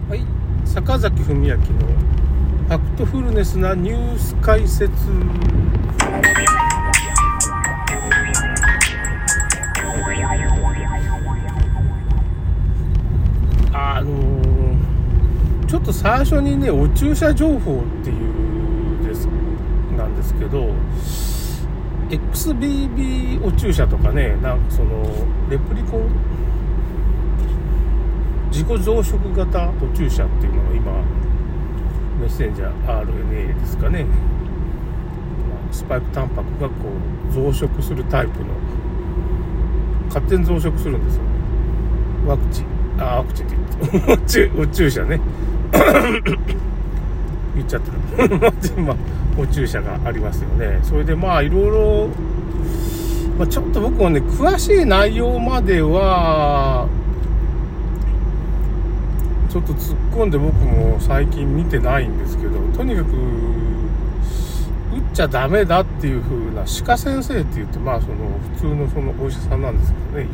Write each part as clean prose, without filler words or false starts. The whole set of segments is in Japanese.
はい、坂崎文明のファクトフルネスなニュース解説。ちょっと最初にね、お注射情報っていうなんですけど、XBB お注射とかね、なんかそのレプリコン自己増殖型お注射っていうのが今メッセンジャー RNA ですかね、スパイクタンパクがこう増殖するタイプの、勝手に増殖するんですよ。ワクチンって言ってお注射ね言っちゃってるお注射がありますよね。それでいろいろ、ちょっと僕はね、詳しい内容まではちょっと突っ込んで僕も最近見てないんですけど、とにかく打っちゃダメだっていう風な歯科先生って言って、その普通のそのお医者さんなんですけどね、いろい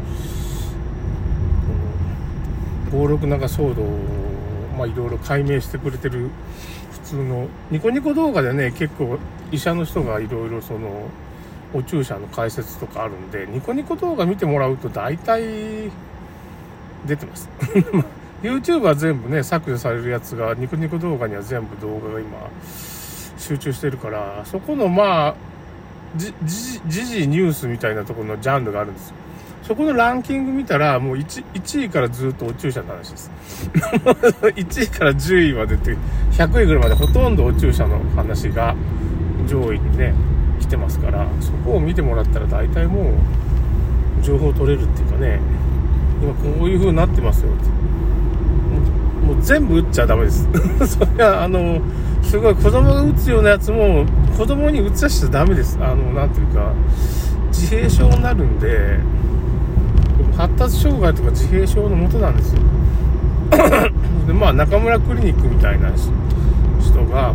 ろ暴力なんか騒動をいろいろ解明してくれてる普通のニコニコ動画でね、結構医者の人がいろいろそのお注射の解説とかあるんで、ニコニコ動画見てもらうと大体出てますYouTube は全部ね削除されるやつが、ニコニコ動画には全部動画が今集中してるから、そこの時事ニュースみたいなところのジャンルがあるんですよ。そこのランキング見たらもう 1位からずっとお注射の話です1位から10位までって100位ぐらいまでほとんどお注射の話が上位にね来てますから、そこを見てもらったら大体もう情報取れるっていうかね、今こういう風になってますよって、もう全部打っちゃダメですそれはすごい子供が打つようなやつも子供に打ちちゃダメです。なんていうか自閉症になるんで、発達障害とか自閉症の元なんですよで中村クリニックみたいな人が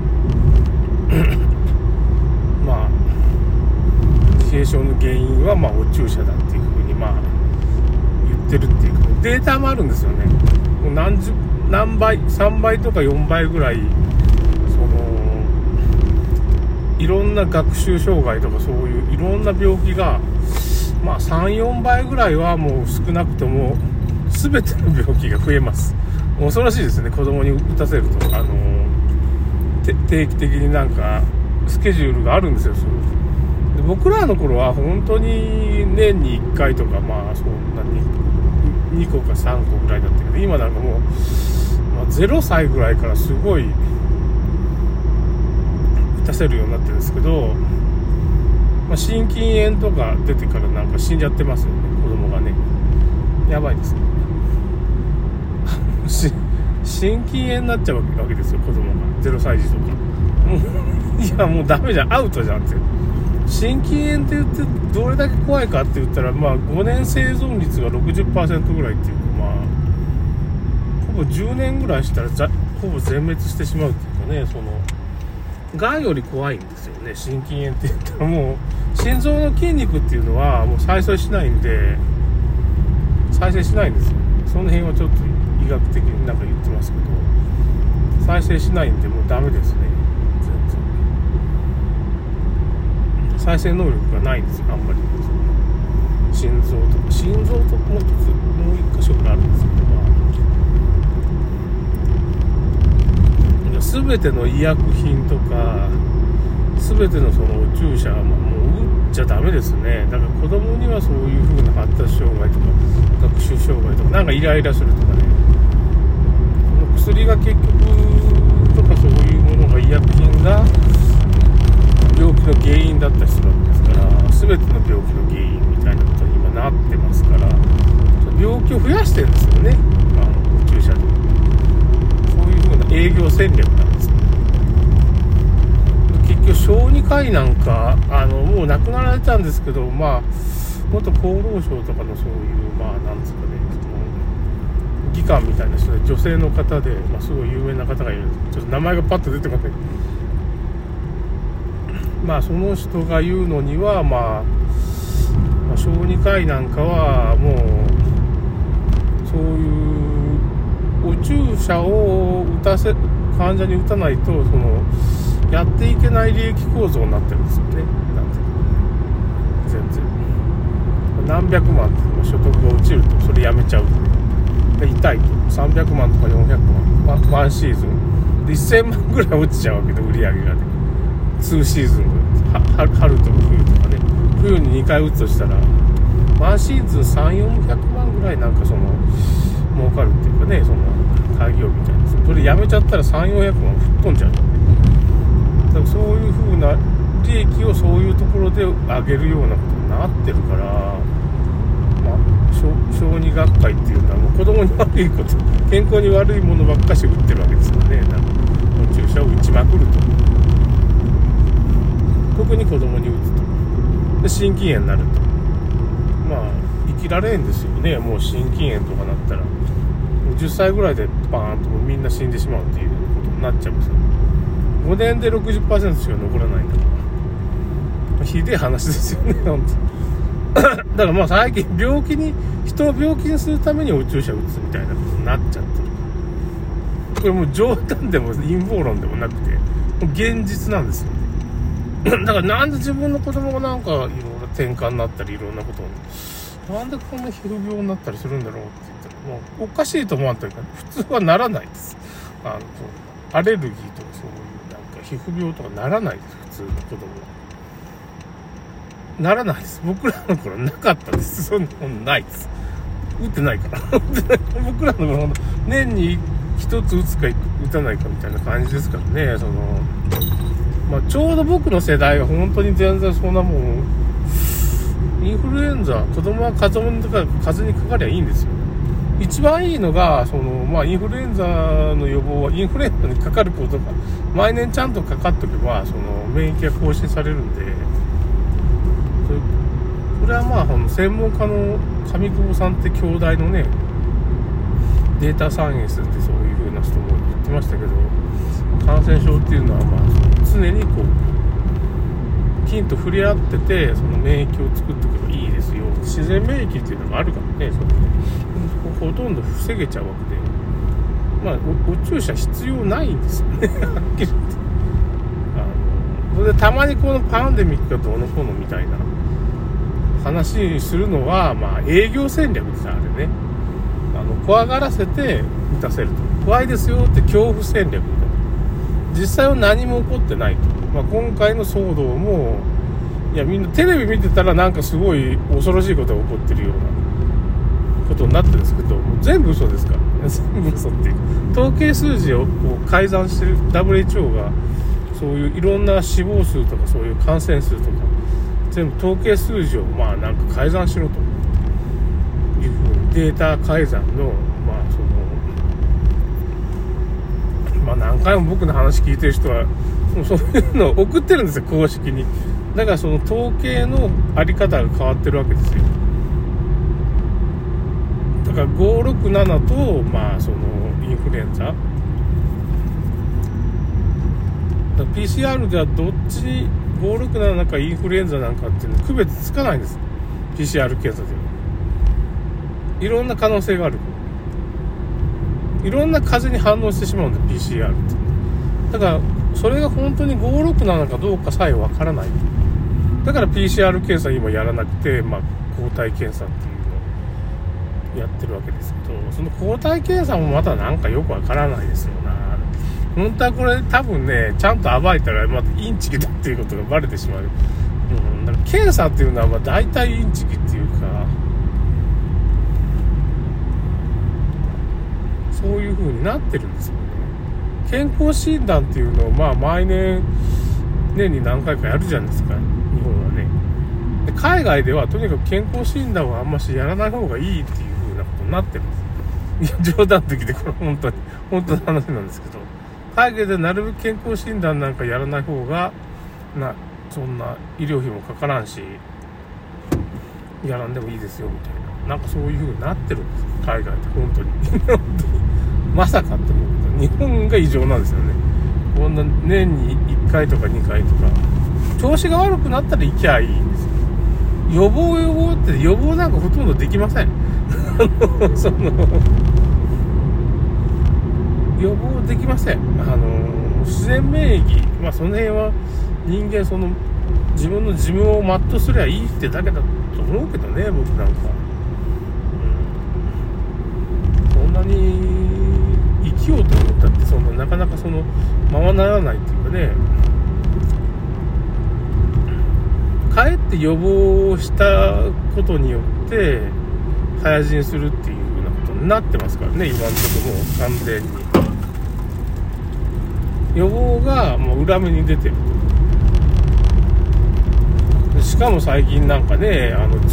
自閉症の原因はお注射だっていうふうに言ってるっていうか、データもあるんですよね。もう何倍3倍とか4倍ぐらいいろんな学習障害とかそういういろんな病気が3、4倍ぐらいはもう少なくとも全ての病気が増えます。恐ろしいですね、子供に打たせると。定期的になんかスケジュールがあるんですよ。で僕らの頃は本当に年に1回とかそんなに2個か3個ぐらいだったけど、今なんかもう、0歳ぐらいからすごい打たせるようになってるんですけど、心筋炎とか出てからなんか死んじゃってますよね、子供がね。やばいですね心筋炎になっちゃうわけですよ、子供が。0歳児とかもうダメじゃん、アウトじゃんって。心筋炎って言ってどれだけ怖いかって言ったら、5年生存率が 60% ぐらいっていうか、ほぼ10年ぐらいしたらほぼ全滅してしまうっていうかね、がんより怖いんですよね、心筋炎って言ったら。もう心臓の筋肉っていうのはもう再生しないんですよ。その辺はちょっと医学的になんか言ってますけど、再生しないんでもうダメですね。全然再生能力がないんですよ、あんまり。心臓ともう一箇所ぐらいあるんですけど、全ての医薬品とか全てのそのお注射はもう打っちゃダメですね。だから子供にはそういう風な発達障害とか学習障害とかなんかイライラするとかね、薬が結局とかそういうものが医薬品が病気の原因だったりするわけですから、全ての病気の原因みたいなことに今なってますから、病気を増やしてるんですよね、お注射で。そういう風な営業戦略なんですよ。結局小児科医なんかもう亡くなられたんですけど、元厚労省とかのそういうなんですかね、技官みたいな人で女性の方で、すごい有名な方がいるんです。ちょっと名前がパッと出てこない。その人が言うのには、小児科医なんかはもうそういうお注射を患者に打たないとやっていけない利益構造になってるんですよね。なんて全然何百万って所得が落ちるとそれやめちゃうで痛いと300万とか400万、ワンシーズンで1000万ぐらい落ちちゃうわけで、売り上げがね2シーズン春と冬とかね、冬に2回打つとしたらワンシーズン300-400万ぐらいなんか儲かるっていうかね、開業みたいな、それやめちゃったら300-400万吹っ飛んじゃう。だからそういう風な利益をそういうところで上げるようなことになってるから、小児学会っていうのはもう子供に悪いこと、健康に悪いものばっかし打ってるわけですよね。注射を打ちまくると、特に子供に打つと、で心筋炎になると、生きられんですよね。もう心筋炎とかなったら10歳ぐらいでバーンとみんな死んでしまうっていうことになっちゃうんですよ。5年で 60% しか残らないんだから、ひでえ話ですよね本当だから最近人を病気にするためにお注射打つみたいなことになっちゃってる。これもう冗談でも陰謀論でもなくて、もう現実なんですよねだからなんで自分の子供がなんかいろいろ転換になったりいろんなことに、なんでこんな皮膚病になったりするんだろうって言ったら、もうおかしいと思わんというか、普通はならないです。アレルギーとかそういうなんか皮膚病とかならないです。普通の子供はならないです。僕らの頃なかったです。そんなもんないです。打ってないから僕らの頃年に一つ打つか打たないかみたいな感じですからね。ちょうど僕の世代は本当に全然そんなもん、インフルエンザ、子供は風邪にかかりゃいいんですよ。一番いいのがインフルエンザの予防は、インフルエンザにかかることが毎年ちゃんとかかっとけば免疫が更新されるんで、それは専門家の上久保さんって兄弟のね、データサイエンスってそういう風な人も言ってましたけど、感染症っていうのは常に菌と触れ合ってて免疫を作っておけばいいですよ。自然免疫っていうのがあるからね、ほとんど防げちゃうわけで、お注射必要ないんですよねはっきり言って。それでたまにこのパンデミックがどうのこうのみたいな話するのは営業戦略です。あれね、怖がらせて打たせると、怖いですよって恐怖戦略。実際は何も起こってないと。今回の騒動もみんなテレビ見てたらなんかすごい恐ろしいことが起こってるようなことになってるんですけど、もう全部嘘ですから、全部嘘っていう統計数字を改ざんしてる WHO が、そういういろんな死亡数とかそういう感染数とか全部統計数字をなんか改ざんしろというふうにデータ改ざんの何回も僕の話聞いてる人はもうそういうのを送ってるんですよ、公式に。だから統計のあり方が変わってるわけですよ。だから567とインフルエンザだ PCR ではどっちに567なんかインフルエンザなんかっていうの区別つかないんです。 PCR 検査ではいろんな可能性がある。いろんな風に反応してしまうんで PCR って。だからそれが本当に567かどうかさえわからない。だから PCR 検査今やらなくて抗体検査っていうのをやってるわけですけど、その抗体検査もまたなんかよくわからないですよな。本当はこれ多分ね、ちゃんと暴いたらまたインチキだっていうことがバレてしまう。だから検査っていうのは大体インチキっていうか、そういう風になってるんですよね。健康診断っていうのを毎年に何回かやるじゃないですか、日本はね。で海外ではとにかく健康診断はあんましやらない方がいいっていう風なことになってるんです。いや冗談的でこれ本当の話なんですけど、海外でなるべく健康診断なんかやらない方がそんな医療費もかからんしやらんでもいいですよみたいな、なんかそういう風になってるんですよ、海外で。本当にまさかって思うけど、日本が異常なんですよね。こんな年に1回とか2回とか調子が悪くなったら行きゃいいんですよ。予防って予防なんかほとんどできません予防できません。自然免疫、その辺は人間自分の寿命を全うすりゃいいってだけだと思うけどね、僕なんか。そんなに生きようと思ったってなかなかままならないっていうかね。かえって予防したことによって早死にするっていう風なことになってますからね、今のところもう完全に予防がもう裏目に出てると。しかも最近なんかね、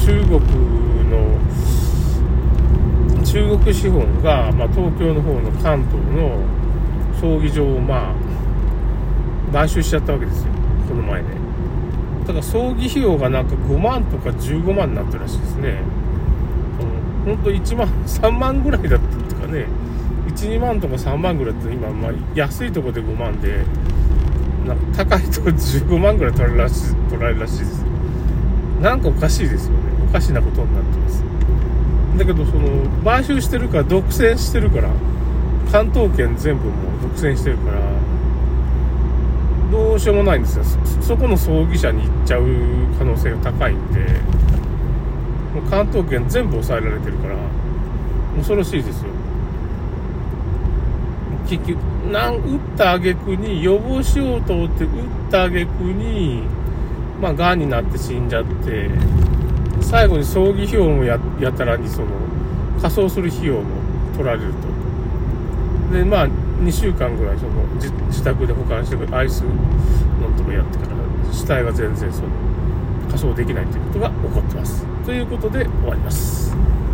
中国資本が、東京の方の関東の葬儀場を買収しちゃったわけですよ、この前ね。だから葬儀費用がなんか5万とか15万になってるらしいですね。ほんと1万3万ぐらいだったっていうかね、1、2万とか3万ぐらいって今、安いとこで5万でなんか高いとこ15万ぐらい取られるらしいです。なんかおかしいですよね。おかしなことになってます。だけど買収してるから、独占してるから、関東圏全部もう独占してるからどうしようもないんですよ。そこの葬儀社に行っちゃう可能性が高いんで、もう関東圏全部抑えられてるから恐ろしいですよ。結局打った挙句に予防しようと思って打った挙句にがんになって死んじゃって、最後に葬儀費用もやたらに仮装する費用も取られると。で2週間ぐらい自宅で保管してアイスのとこやってから死体が全然仮装できないということが起こってます。ということで終わります。